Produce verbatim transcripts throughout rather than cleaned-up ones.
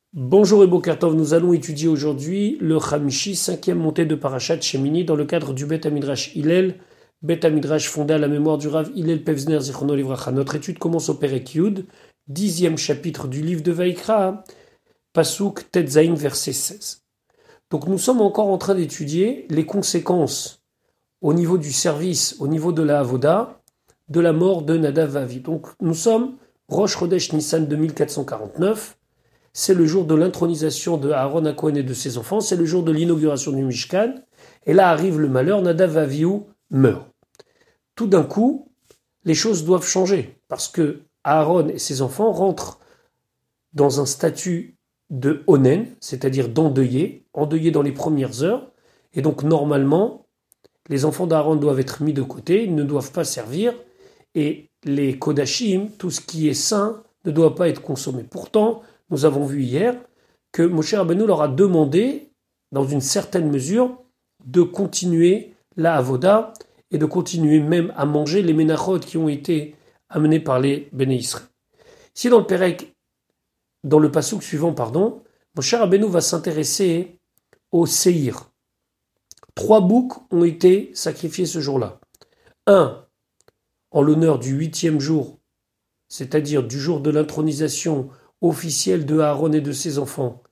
Bonjour et Bokertov, nous allons étudier aujourd'hui le Hamishi, cinquième montée de Parashat Shemini, dans le cadre du Bet Hamidrash Hillel, Bet Hamidrash fondé à la mémoire du Rav Hillel Pevzner Zichrono Livracha. Notre étude commence au Perek Yud, dixième chapitre du livre de Vaikra, Pasuk Tetzain, verset seize. Donc nous sommes encore en train d'étudier les conséquences au niveau du service, au niveau de la Avoda, de la mort de Nadav Vavi. Donc nous sommes Rosh Chodesh Nissan deux mille quatre cent quarante-neuf. C'est le jour de l'intronisation de Aaron à Cohen et de ses enfants, c'est le jour de l'inauguration du Mishkan, et là arrive le malheur, Nadav Avihu meurt. Tout d'un coup, les choses doivent changer, parce que Aaron et ses enfants rentrent dans un statut de onen, c'est-à-dire d'endeuillé, endeuillé dans les premières heures, et donc normalement, les enfants d'Aaron doivent être mis de côté, ils ne doivent pas servir, et les kodashim, tout ce qui est saint, ne doit pas être consommé. Pourtant, nous avons vu hier que Moshe Rabbeinu leur a demandé, dans une certaine mesure, de continuer la avoda et de continuer même à manger les menachot qui ont été amenés par les Béné Israël. Ici dans le Perek, dans le pasuk suivant, pardon, Moshe Rabbeinu va s'intéresser au Seir. Trois boucs ont été sacrifiés ce jour-là. Un, en l'honneur du huitième jour, c'est-à-dire du jour de l'intronisation officiel de Aaron et de ses enfants.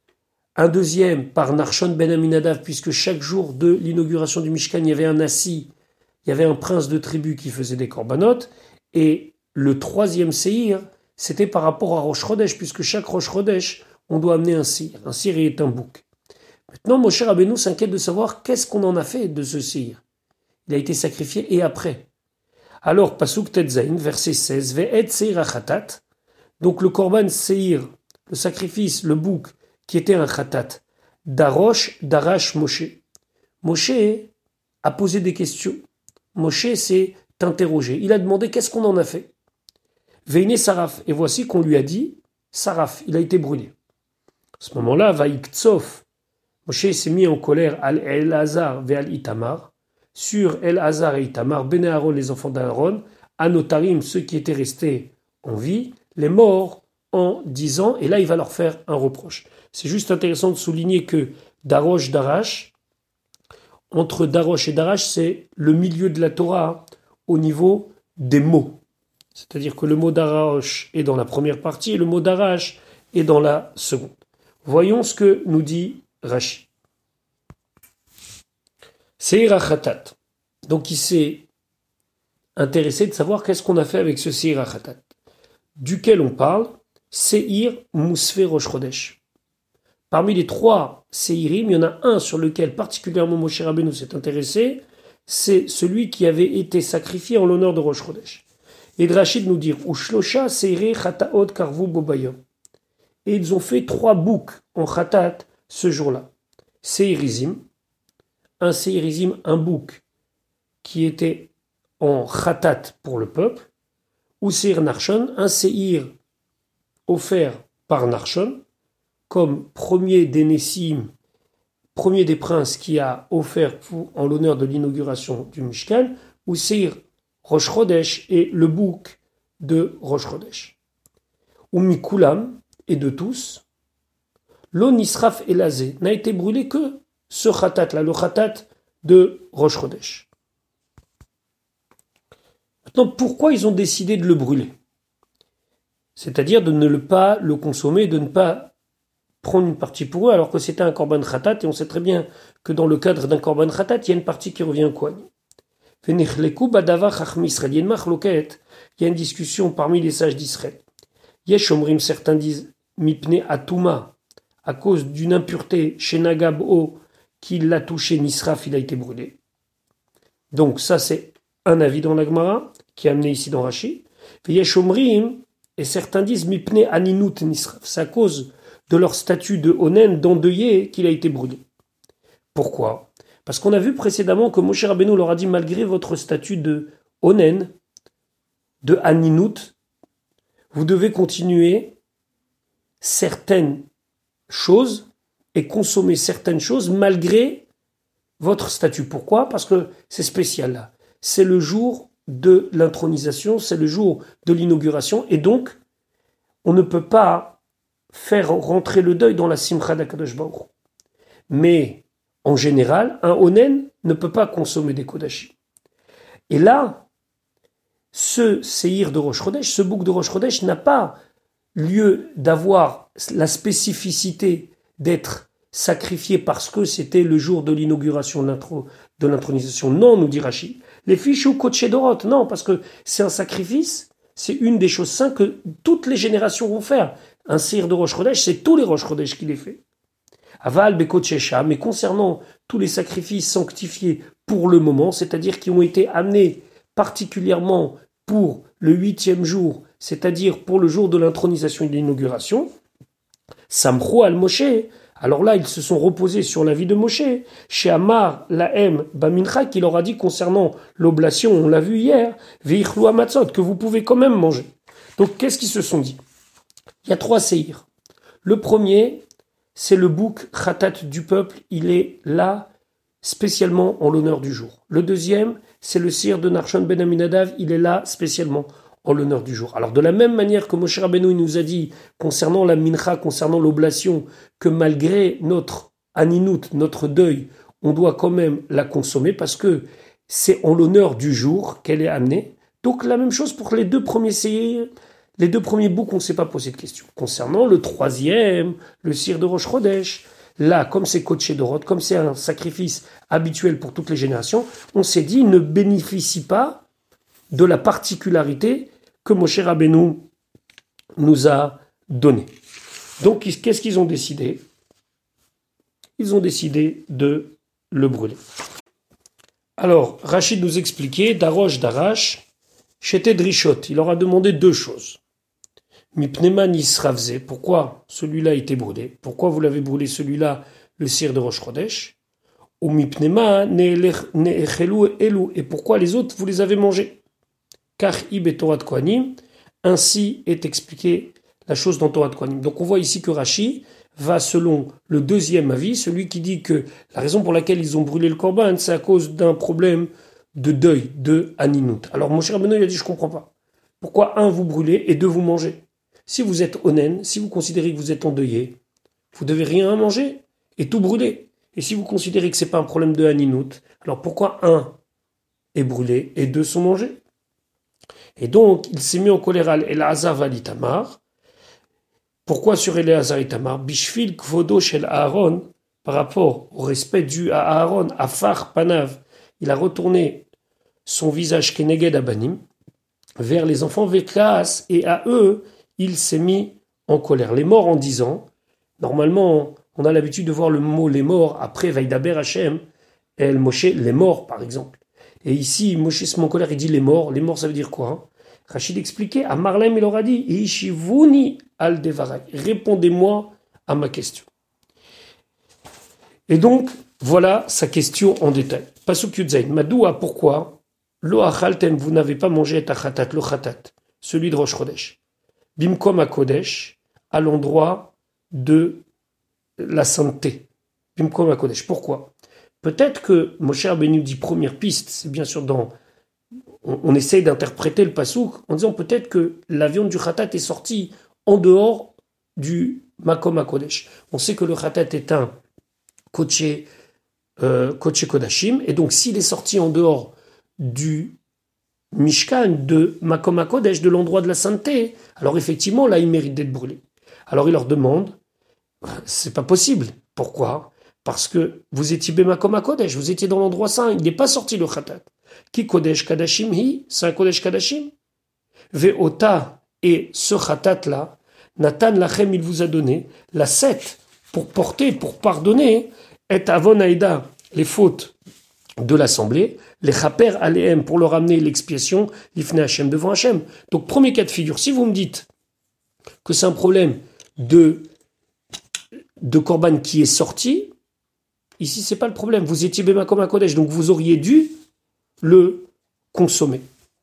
Un deuxième par Narshon ben Aminadav, puisque chaque jour de l'inauguration du Mishkan, il y avait un assis, il y avait un prince de tribu qui faisait des corbanotes. Et le troisième séhir, c'était par rapport à Rosh Chodesh, puisque chaque Rosh Chodesh, on doit amener un séhir. Un séhir est un bouc. Maintenant, Moshe Rabbeinu s'inquiète de savoir qu'est-ce qu'on en a fait de ce séhir. Il a été sacrifié et après. Alors, Pasuk Tetzain, verset seize, Ve'et seir achatat. Donc le korban seir, le sacrifice, le bouc, qui était un khatat, Darosh, Darash, Moshe. Moshe a posé des questions. Moshe s'est interrogé. Il a demandé qu'est-ce qu'on en a fait. Veine Saraf. Et voici qu'on lui a dit, Saraf, il a été brûlé. À ce moment-là, Vaiktsof. Moshe s'est mis en colère al El-Hazar ve al-Itamar, sur El-Hazar et Itamar, Ben Aaron, les enfants d'Aaron, Anotarim, ceux qui étaient restés en vie, les morts en disant, et là il va leur faire un reproche. C'est juste intéressant de souligner que Darosh, Darash, entre Darosh et Darash, c'est le milieu de la Torah au niveau des mots. C'est-à-dire que le mot Darosh est dans la première partie et le mot Darash est dans la seconde. Voyons ce que nous dit Rashi. Seir achatat. Donc il s'est intéressé de savoir qu'est-ce qu'on a fait avec ce Seir achatat. Duquel on parle, Seir Mousfe Rosh Chodesh. Parmi les trois Seirim, il y en a un sur lequel particulièrement Moshe Rabbeinu s'est intéressé, c'est celui qui avait été sacrifié en l'honneur de Rosh Chodesh. Et Drachid nous dit, Ushlosha Seire Chataot Karvu Bobayom. Et ils ont fait trois boucs en Chatat ce jour-là. Seirizim, un Seirizim, un bouc qui était en Chatat pour le peuple, ou Seir Narshon, un Seir offert par Narshon, comme premier des Nessim, premier des princes qui a offert pour, en l'honneur de l'inauguration du Mishkan, ou Seir Rosh Chodesh et le bouc de Rosh Chodesh. Ou Mikulam, et de tous, l'O Nisraf Elazé n'a été brûlé que ce Khatat là, le Khatat de Rosh Chodesh. Maintenant, pourquoi ils ont décidé de le brûler? C'est-à-dire de ne le pas le consommer, de ne pas prendre une partie pour eux, alors que c'était un korban khatat, et on sait très bien que dans le cadre d'un korban khatat, il y a une partie qui revient au kohen. Il y a une discussion parmi les sages d'Israël. Yesh omrim, certains disent, mipne atuma, à cause d'une impureté chez Nagabo, qui l'a touché, Nisraf, il a été brûlé. Donc ça c'est un avis dans la Gemara, qui est amené ici dans Rashi. Yesh omrim, et certains disent mipne aninut Nisraf, c'est à cause de leur statut de onen, d'endeuillé, qu'il a été brûlé. Pourquoi? Parce qu'on a vu précédemment que Moshe Rabbeinu leur a dit, malgré votre statut de onen, de aninut, vous devez continuer certaines choses et consommer certaines choses malgré votre statut. Pourquoi? Parce que c'est spécial là. C'est le jour de l'intronisation, c'est le jour de l'inauguration, et donc on ne peut pas faire rentrer le deuil dans la simcha d'Akadosh Baruch Hu. Mais, en général, un onen ne peut pas consommer des kodashim. Et là, ce séhir de Rosh Chodesh, ce bouc de Rosh Chodesh n'a pas lieu d'avoir la spécificité d'être sacrifié parce que c'était le jour de l'inauguration de l'intronisation. Non, nous dit Rashi. Les fiches ou Kodesh Dorot, non, parce que c'est un sacrifice, c'est une des choses saintes que toutes les générations vont faire. Un séhir de Rosh Chodesh, c'est tous les Rosh Chodesh qui les fait. Aval Bekotchesha, mais concernant tous les sacrifices sanctifiés pour le moment, c'est-à-dire qui ont été amenés particulièrement pour le huitième jour, c'est-à-dire pour le jour de l'intronisation et de l'inauguration, Samchou al-Moshe, alors là, ils se sont reposés sur la vie de Moshe, chez Amar Lahem Bamincha, qui leur a dit concernant l'oblation, on l'a vu hier, Veichlu Amatzot, que vous pouvez quand même manger. Donc, qu'est-ce qu'ils se sont dit? Il y a trois séhirs. Le premier, c'est le bouc khatat du peuple, il est là spécialement en l'honneur du jour. Le deuxième, c'est le séhir de Nachshon ben Aminadav, il est là spécialement en l'honneur du jour. Alors de la même manière que Moshe Rabbeinu nous a dit concernant la mincha, concernant l'oblation, que malgré notre aninout, notre deuil, on doit quand même la consommer parce que c'est en l'honneur du jour qu'elle est amenée. Donc la même chose pour les deux premiers séhirs. Les deux premiers boucs, on ne s'est pas posé de questions. Concernant le troisième, le séhir de Rosh Chodesh, là, comme c'est Kodesh Dorot, comme c'est un sacrifice habituel pour toutes les générations, on s'est dit, ne bénéficie pas de la particularité que Moshe Rabbeinu nous a donnée. Donc, qu'est-ce qu'ils ont décidé? Ils ont décidé de le brûler. Alors, Rachid nous expliquait, Darosh Darash, Cheté Drishot, il leur a demandé deux choses. Mipnema Nisravze, pourquoi celui-là a été brûlé? Pourquoi vous l'avez brûlé celui-là, le séhir de Rosh Chodesh? Ou Mipnema Ne'echelu Elu, et pourquoi les autres vous les avez mangés? Car Ib et Torah de Kohanim, ainsi est expliqué la chose dans Torah de Kohanim. Donc on voit ici que Rashi va selon le deuxième avis, celui qui dit que la raison pour laquelle ils ont brûlé le korban, c'est à cause d'un problème de deuil, de Aninut. Alors Moshe Rabbeinu il a dit, je comprends pas. Pourquoi un vous brûlez et deux vous mangez? Si vous êtes onen, si vous considérez que vous êtes endeuillé, vous devez rien manger et tout brûler. Et si vous considérez que c'est pas un problème de Aninut, alors pourquoi un est brûlé et deux sont mangés? Et donc, il s'est mis en colère à Elazar Valitamar. Pourquoi sur Elazar et Tamar? Bishvil kvodo shel Aaron, par rapport au respect dû à Aaron, Afar Panav, il a retourné son visage Keneged Abanim vers les enfants Vekas, et à eux, il s'est mis en colère. Les morts en disant, normalement, on a l'habitude de voir le mot les morts après Vaïdaber Hashem, El Moshe, les morts par exemple. Et ici, Moshe se met en colère, il dit les morts. Les morts, ça veut dire quoi hein? Rachid expliquait, à Marlem, il leur a dit, Ishivuni al devarai, répondez-moi à ma question. Et donc, voilà sa question en détail. Pasuk Yudzaïn, Madoua, pourquoi Lo achaltem, vous n'avez pas mangé ta khatat, le khatat, celui de Rosh Chodesh. Bimkom HaKodesh, à l'endroit de la sainteté. Bimkom HaKodesh. Pourquoi? Peut-être que Moshe Rabbeinu dit première piste, c'est bien sûr dans... On, on essaye d'interpréter le pasouk en disant peut-être que la viande du khatat est sortie en dehors du Makom HaKodesh. On sait que le khatat est un kodesh euh, kodashim, et donc s'il est sorti en dehors du Mishkan, de Makom HaKodesh, de l'endroit de la sainteté, alors effectivement, là, il mérite d'être brûlé. Alors il leur demande, c'est pas possible. Pourquoi? Parce que vous étiez Bemakom HaKodesh, vous étiez dans l'endroit saint, il n'est pas sorti le Khatat. Ki Kodesh Kadashim hi, c'est un Kodesh Kadashim. Ve'ota, et ce Khatat-là, Nathan Lachem, il vous a donné la sept pour porter, pour pardonner, et Avon Aïda, les fautes de l'assemblée, les chaper aléem pour leur amener l'expiation, l'ifne Hachem devant Hachem. Donc premier cas de figure, si vous me dites que c'est un problème de, de Korban qui est sorti, ici c'est pas le problème, vous étiez Bemakom HaKodesh, donc vous auriez dû le consommer.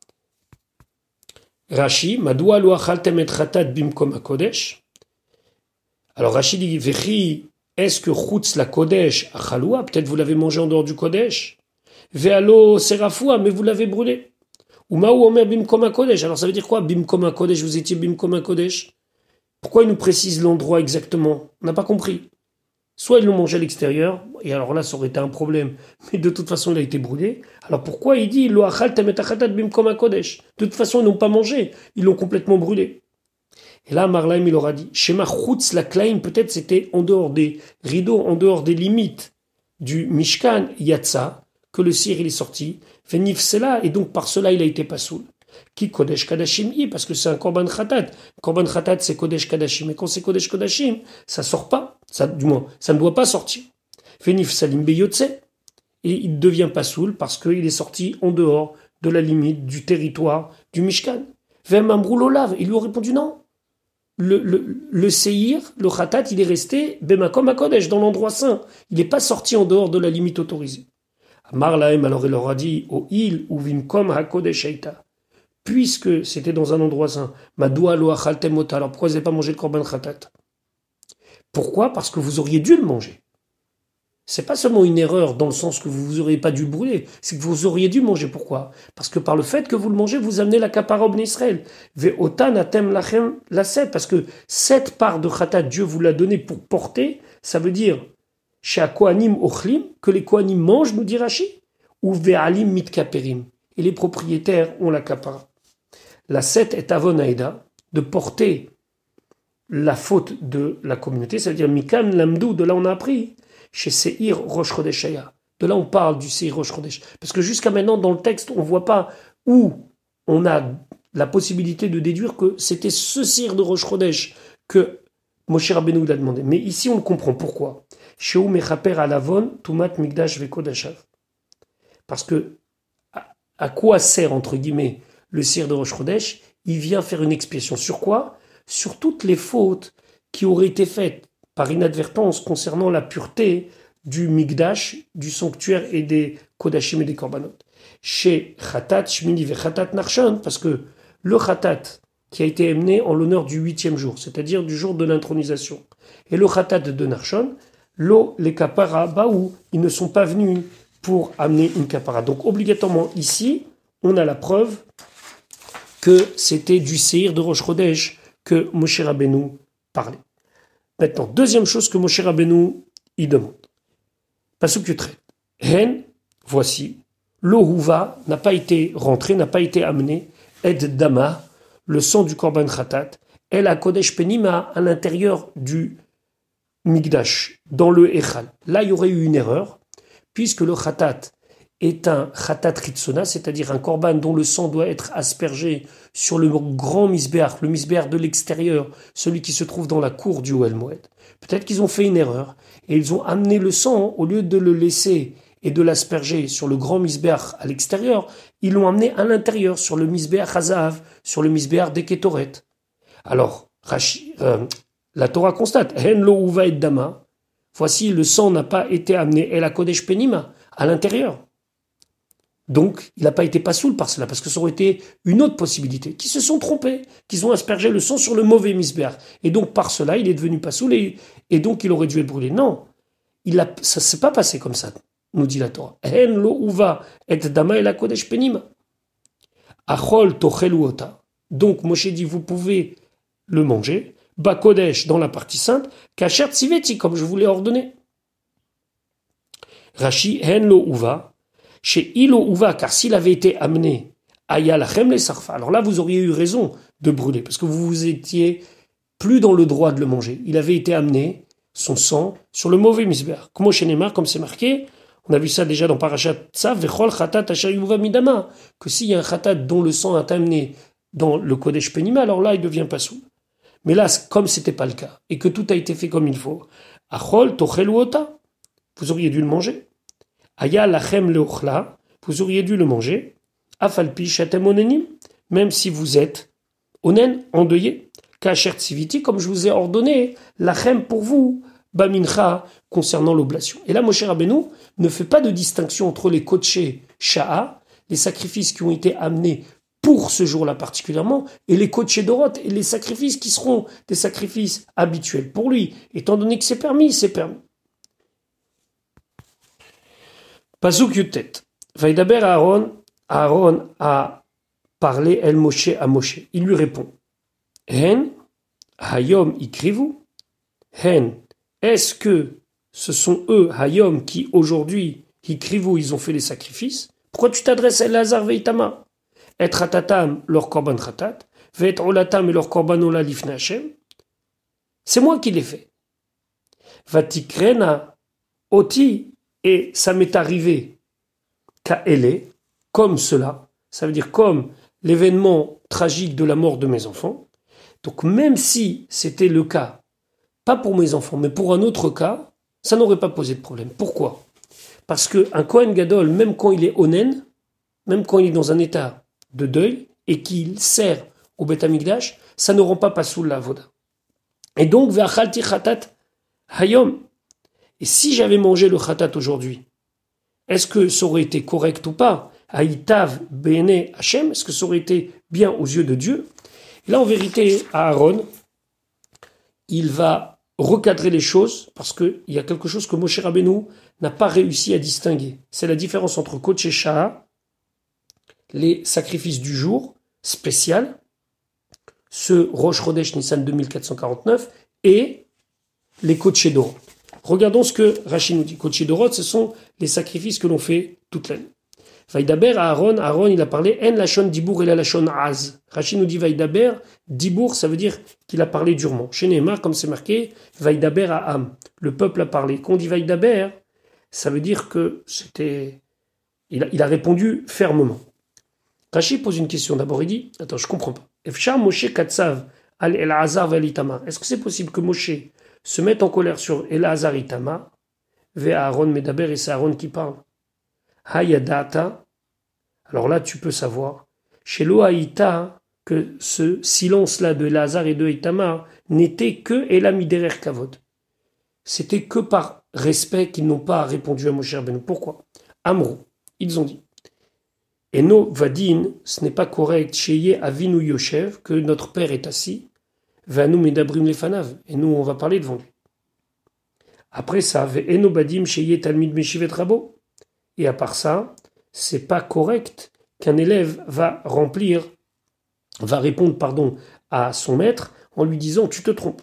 Rashi, Madoua lo achaltem et chatat bimkom HaKodesh. Alors Rashi dit, Vechi, est-ce que chutz la Kodesh achaloua, peut-être vous l'avez mangé en dehors du Kodesh? Ve'alo serafoua, mais vous l'avez brûlé. Ou maou omer bimkom HaKodesh. Alors ça veut dire quoi? Bimkom HaKodesh, vous étiez bimkom HaKodesh. Pourquoi il nous précise l'endroit exactement? On n'a pas compris. Soit ils l'ont mangé à l'extérieur, et alors là, ça aurait été un problème, mais de toute façon, il a été brûlé. Alors pourquoi il dit, Lo achaltem et achatat bimkom hakodesh? De toute façon, ils n'ont pas mangé, ils l'ont complètement brûlé. Et là, Marlaim, il aura dit, Shema chutz la klaim, peut-être c'était en dehors des rideaux, en dehors des limites du Mishkan Yatsa, que le cire il est sorti, Venifsela, et donc par cela, il a été pasoul. Qui Kodesh Kadashim i, parce que c'est un Korban Khatat. Korban Khatat, c'est Kodesh Kadashim. Et quand c'est Kodesh Kadashim, ça sort pas. Ça, du moins, ça ne doit pas sortir. Venif Salim Beyotse. Et il devient pasoul parce qu'il est sorti en dehors de la limite du territoire du Mishkan. Vem Amroulolav. Il lui a répondu non. Le, le, le Seir, le Khatat, il est resté Bemakom HaKodesh, dans l'endroit saint. Il n'est pas sorti en dehors de la limite autorisée. Amar Lahem, alors il leur a dit, au il ou Vimkom HaKodesh Eita. Puisque c'était dans un endroit saint, Madoua lo achaltem ota, alors pourquoi vous n'avez pas mangé le korban khatat? Pourquoi? Parce que vous auriez dû le manger. C'est pas seulement une erreur dans le sens que vous n'auriez pas dû le brûler, c'est que vous auriez dû manger. Pourquoi? Parce que par le fait que vous le mangez, vous amenez la kapara en Israël. Ve'otan atem lachem laset, parce que cette part de khatat, Dieu vous l'a donnée pour porter, ça veut dire chez Kohanim ochlim, que les Kohanim mangent, nous dit Rashi, ou ve'alim mitkaperim, et les propriétaires ont la kapara. La sept est avon aïda, de porter la faute de la communauté, ça veut dire Mikan Lamdou, de là on a appris, chez Seir Rosh Chodesh Aya. De là on parle du Seir Rosh Chodesh. Parce que jusqu'à maintenant dans le texte, on ne voit pas où on a la possibilité de déduire que c'était ce Seir de Rosh Chodesh que Moshe Rabbeinu l'a demandé. Mais ici on le comprend. Pourquoi? Sheu Mechaper Alavon, Tumat Mikdash Vekodashav. Parce que à, à quoi sert, entre guillemets, le Seir de Rosh Chodesh? Il vient faire une expiation. Sur quoi? Sur toutes les fautes qui auraient été faites par inadvertance concernant la pureté du Mikdash, du sanctuaire et des Kodashim et des Korbanot. Chez Khatat, Shmini ve Khatat Narshon, parce que le Khatat qui a été amené en l'honneur du huitième jour, c'est-à-dire du jour de l'intronisation, et le Khatat de Narshon, l'eau, les Kapara, Baou, ils ne sont pas venus pour amener une Kapara. Donc obligatoirement ici, on a la preuve que c'était du Seir de Rosh Chodesh que Moshe Rabbeinu parlait. Maintenant, deuxième chose que Moshe Rabbeinu y demande. Pasuk Yutret. Hen, voici, l'Ohuva n'a pas été rentré, n'a pas été amené, Ed Dama, le sang du Korban Khatat, El HaKodesh Penima, à l'intérieur du Mikdash, dans le Echal. Là, il y aurait eu une erreur, puisque le Khatat est un Khatat Ritsona, c'est-à-dire un Korban dont le sang doit être aspergé sur le grand Misbéach, le Misbéach de l'extérieur, celui qui se trouve dans la cour du Ohel Moed. Peut-être qu'ils ont fait une erreur, et ils ont amené le sang, au lieu de le laisser et de l'asperger sur le grand Misbéach à l'extérieur, ils l'ont amené à l'intérieur, sur le Misbéach Hazav, sur le Misbéach des Ketoret. Alors, Rashi, euh, la Torah constate, Hen lo uva et dama, voici, le sang n'a pas été amené, El HaKodesh Penima, à l'intérieur. Donc, il n'a pas été pasoul par cela, parce que ça aurait été une autre possibilité, qui se sont trompés, qu'ils ont aspergé le sang sur le mauvais misbéach. Et donc, par cela, il est devenu pasoul, et, et donc il aurait dû être brûlé. Non, il a, ça ne s'est pas passé comme ça, nous dit la Torah. En lo uva et dama el hakodesh penima. Achol tocheluota. Donc, Moshe dit, vous pouvez le manger, bakodesh dans la partie sainte, kasher tziveti, comme je vous l'ai ordonné. Rashi, en lo uva, chez Ilo Uva, car s'il avait été amené à Yalachem les Sarfa, alors là vous auriez eu raison de brûler, parce que vous vous étiez plus dans le droit de le manger. Il avait été amené, son sang, sur le mauvais misbéach. Comme chez Neymar, comme c'est marqué, on a vu ça déjà dans Parashat Tzav, Vechol Chatat Asher Yuva Midama, que s'il y a un Chatat dont le sang est amené dans le Kodesh Penima, alors là il devient pas sous. Mais là, comme c'était pas le cas, et que tout a été fait comme il faut, Achol Tocheluota, vous auriez dû le manger. Aya lachem leochla, vous auriez dû le manger. Afalpi shatem onenim, même si vous êtes onen, endeuillé. Kacher tziviti, comme je vous ai ordonné, lachem pour vous, bamincha, concernant l'oblation. Et là, Moshe Rabbeinu ne fait pas de distinction entre les kotché sha'a, les sacrifices qui ont été amenés pour ce jour-là particulièrement, et les kotché dorot, et les sacrifices qui seront des sacrifices habituels pour lui. Étant donné que c'est permis, c'est permis. Pasuk Yutet. Vaïdaber Aaron, Aaron a parlé El Moshe à Moshe. Il lui répond. Hen, Hayom ikrivu. Hen. Est-ce que ce sont eux, Hayom, qui aujourd'hui, ikrivu, ils ont fait les sacrifices? Pourquoi tu t'adresses à Elazar veitama? Et ratatam, leur korban ratat. Veit olatam et leur korban ola lifne Hashem. C'est moi qui l'ai fait. Vatikrena oti. Et ça m'est arrivé ka'ele, comme cela. Ça veut dire comme l'événement tragique de la mort de mes enfants. Donc même si c'était le cas, pas pour mes enfants, mais pour un autre cas, ça n'aurait pas posé de problème. Pourquoi? Parce qu'un Kohen Gadol, même quand il est onen, même quand il est dans un état de deuil, et qu'il sert au Beth Amikdash, ça ne rend pas pasoul la avoda. Et donc, ve'achalti chatat hayom. Et si j'avais mangé le khatat aujourd'hui, est-ce que ça aurait été correct ou pas? Haïtav bene Hashem, est-ce que ça aurait été bien aux yeux de Dieu? Et là, en vérité, Aaron, il va recadrer les choses parce qu'il y a quelque chose que Moshe Rabbeinu n'a pas réussi à distinguer. C'est la différence entre Kodesh et Sha'a, les sacrifices du jour spécial, ce Rosh Chodesh Nissan deux mille quatre cent quarante-neuf, et les Kodesh Dorot. Regardons ce que Rashi nous dit. Kodesh Dorot, ce sont les sacrifices que l'on fait toute l'année. Vaïdaber à Aaron, Aaron il a parlé En lachon dibour et la lachon az. Rashi nous dit Vaïdaber, dibour ça veut dire qu'il a parlé durement. Chez Nehemar, comme c'est marqué, Vaïdaber à Am. Le peuple a parlé. Quand on dit Vaïdaber, ça veut dire que c'était. Il a, il a répondu fermement. Rashi pose une question. D'abord il dit Attends, je comprends pas. Efshar Moshe Katsav al Elazar vel Itamar. Est-ce que c'est possible que Moshe se mette en colère sur Elazar Itamar, ve Aaron Medaber et c'est Aaron qui parle? Hayadata, alors là tu peux savoir, chez l'Oaïta, que ce silence-là de Elazar et de Itamar n'était que Elamiderer Kavod. C'était que par respect qu'ils n'ont pas répondu à Moshe Rabbeinu. Pourquoi? Amrou, ils ont dit. Eno Vadin, ce n'est pas correct, Sheye Avinu Yoshev, que notre père est assis, Vanu Medabrim Lefanav, et nous on va parler devant lui. Après ça, Eno Badim Sheye Talmid Meshivet Rabo. Et à part ça, c'est pas correct qu'un élève va remplir, va répondre, pardon, à son maître en lui disant tu te trompes.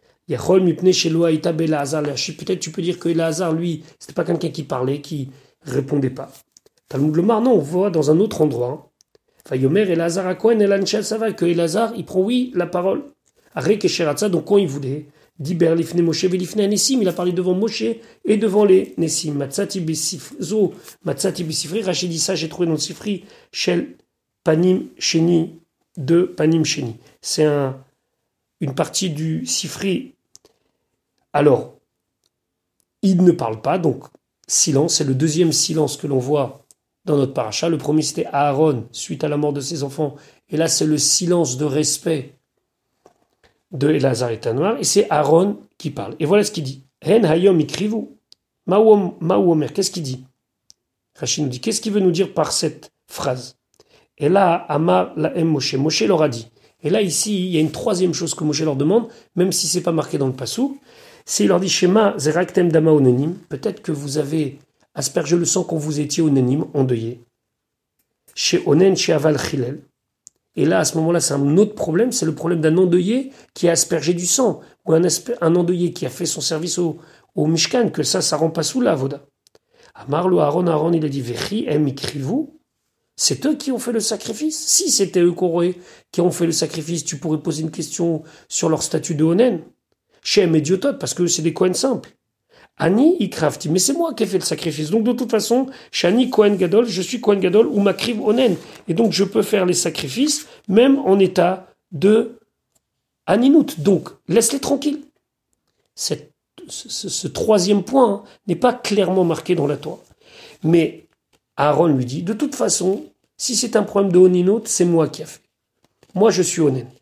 Peut-être tu peux dire que Elazar, lui, c'était pas quelqu'un qui parlait, qui répondait pas. Talmud Lomar, non, on voit dans un autre endroit. Vayomer Elazar à Kohen Elan Sava, que Elazar, il prend oui la parole. Arek et Sheratza, donc quand il voulait. Diber lifne Moshe velifne Nessim, il a parlé devant Moshe et devant les Nessim. Matzati besifzo, matzati besifri, Rachid dit ça, j'ai trouvé dans le Sifri, Shel Panim Sheni, de Panim Sheni. C'est un, une partie du Sifri. Alors, il ne parle pas, donc silence, c'est le deuxième silence que l'on voit dans notre paracha. Le premier c'était Aaron, suite à la mort de ses enfants, et là c'est le silence de respect de Elazar et Tanoir, et c'est Aaron qui parle. Et voilà ce qu'il dit. Hen hayom ikrivu. Maouomer, qu'est-ce qu'il dit? Rachid nous dit, qu'est-ce qu'il veut nous dire par cette phrase? Et là, Amar laem Moshe. Moshe leur a dit. Et là, ici, il y a une troisième chose que Moshe leur demande, même si c'est pas marqué dans le passou, c'est il leur dit, Shema zeraktem dama onenim, peut-être que vous avez aspergé le sang quand vous étiez onenim, endeuillé. Chez onen, chez aval chilel. Et là, à ce moment-là, c'est un autre problème, c'est le problème d'un endeuillé qui a aspergé du sang, ou un, asper- un endeuillé qui a fait son service au, au Mishkan, que ça, ça rend pas sous la voda. Amarlo Aaron, Aaron, il a dit, Vechi em ikrivu, c'est eux qui ont fait le sacrifice. Si c'était eux qui ont fait le sacrifice, tu pourrais poser une question sur leur statut de Onen. Shem et Diotot, parce que c'est des Kohen simples. Ani ikrafti, mais c'est moi qui ai fait le sacrifice. Donc de toute façon, Shani Kohen Gadol, je suis Kohen Gadol ou Makriv Onen. Et donc je peux faire les sacrifices, même en état de Aninout. Donc laisse-les tranquilles. Cette, ce, ce troisième point hein, n'est pas clairement marqué dans la Torah. Mais Aaron lui dit, de toute façon, si c'est un problème de Oninout, c'est moi qui ai fait. Moi, je suis Onen.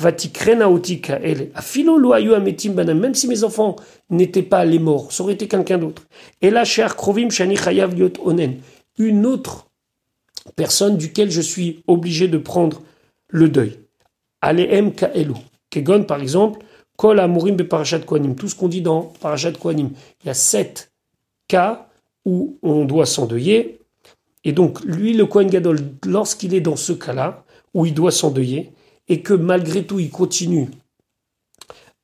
Même si mes enfants n'étaient pas les morts, ça aurait été quelqu'un d'autre. Et là, Onen, une autre personne duquel je suis obligé de prendre le deuil. Aleem Kaelu. Kegon, par exemple, Kol Amurim be Parashat Kohanim. Tout ce qu'on dit dans Parashat Kohanim. Il y a sept cas où on doit s'endeuiller. Et donc, lui, le Kohen Gadol, lorsqu'il est dans ce cas-là, où il doit s'endeuiller, et que malgré tout, il continue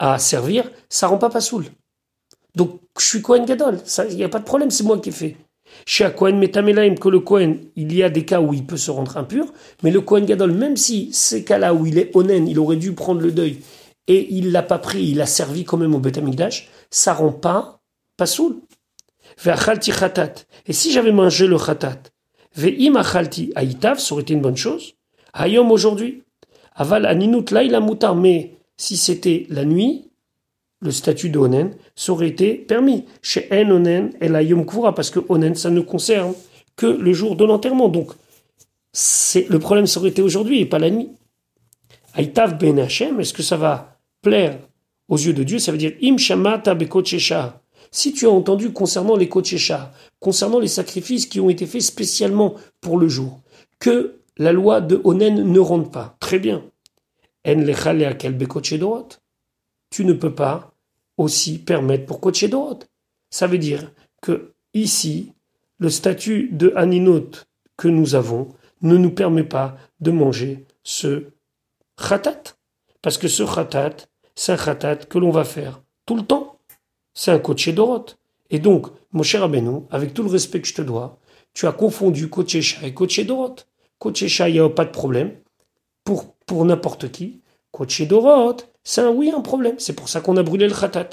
à servir, ça rend pas pasoul. Donc, je suis Kohen Gadol, il n'y a pas de problème, c'est moi qui ai fait. Chez Kohen Metamelaim, que le Kohen, il y a des cas où il peut se rendre impur, mais le Kohen Gadol, même si ces cas-là où il est onen, il aurait dû prendre le deuil, et il l'a pas pris, il a servi quand même au Beth Amikdash, ça rend pas pasoul. Ve'achalti chatat. Et si j'avais mangé le chatat, ve'im achalti aïtav, ça aurait été une bonne chose. Hayom aujourd'hui. Aval aninut laïla mutar, mais si c'était la nuit, le statut de onen, ça aurait été permis. Chez en onen et la yom kvura, parce que onen, ça ne concerne que le jour de l'enterrement. Donc, c'est, le problème, ça aurait été aujourd'hui et pas la nuit. Aïtav ben Hashem, est-ce que ça va plaire aux yeux de Dieu? Ça veut dire im shamata bekotchesha. Si tu as entendu concernant les kotchesha, concernant les sacrifices qui ont été faits spécialement pour le jour, que la loi de onen ne rentre pas, très bien. En lecha leakel bekotchedorot. Tu ne peux pas aussi permettre pour Kodesh Dorot. Ça veut dire que ici, le statut de Haninot que nous avons ne nous permet pas de manger ce khatat. Parce que ce khatat, c'est un khatat que l'on va faire tout le temps. C'est un Kodesh Dorot. Et donc, mon cher Rabbeinu, avec tout le respect que je te dois, tu as confondu Kodesha et Kodesh Dorot. Kodesha, il n'y a pas de problème. Pour, pour n'importe qui. Kodesh Dorot, c'est un oui, un problème. C'est pour ça qu'on a brûlé le khatat.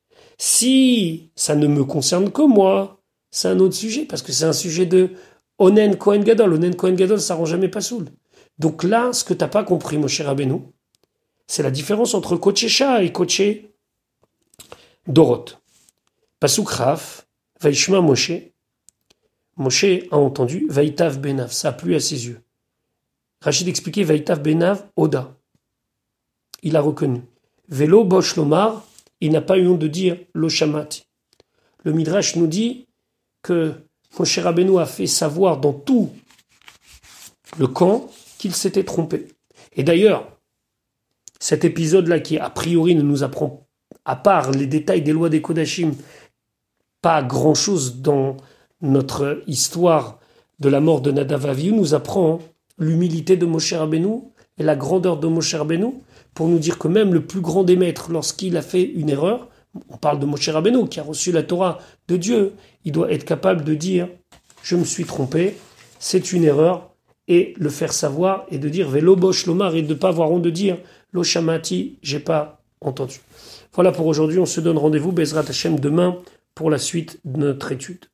Si ça ne me concerne que moi, c'est un autre sujet, parce que c'est un sujet de Onen Kohen Gadol. Onen Kohen Gadol, ça rend jamais pasoul. Donc là, ce que tu n'as pas compris, mon cher Rabbeinu, c'est la différence entre Kodesha et Kodesh Dorot. Pasuk Raf, Vaishma Moshe. Moshe a entendu Vaïtav Benav, ça a plu à ses yeux. Rachid expliquait Vaïtav Benav Oda. Il a reconnu. Velo Bosh Lomar, il n'a pas eu honte de dire Lo Shamati. Le Midrash nous dit que Moshe Rabbeinu a fait savoir dans tout le camp qu'il s'était trompé. Et d'ailleurs, cet épisode-là qui a priori ne nous apprend, à part les détails des lois des Kodashim, pas grand-chose dans notre histoire de la mort de Nadav Avihu, nous apprend l'humilité de Moshe Rabbeinu et la grandeur de Moshe Rabbeinu, pour nous dire que même le plus grand des maîtres, lorsqu'il a fait une erreur, on parle de Moshe Rabbeinu qui a reçu la Torah de Dieu, il doit être capable de dire « je me suis trompé, c'est une erreur » et le faire savoir et de dire « Velo bosh lomar » et de ne pas avoir honte de dire « Lo shamati » j'ai pas entendu. Voilà pour aujourd'hui, on se donne rendez-vous Bezrat Hashem demain pour la suite de notre étude.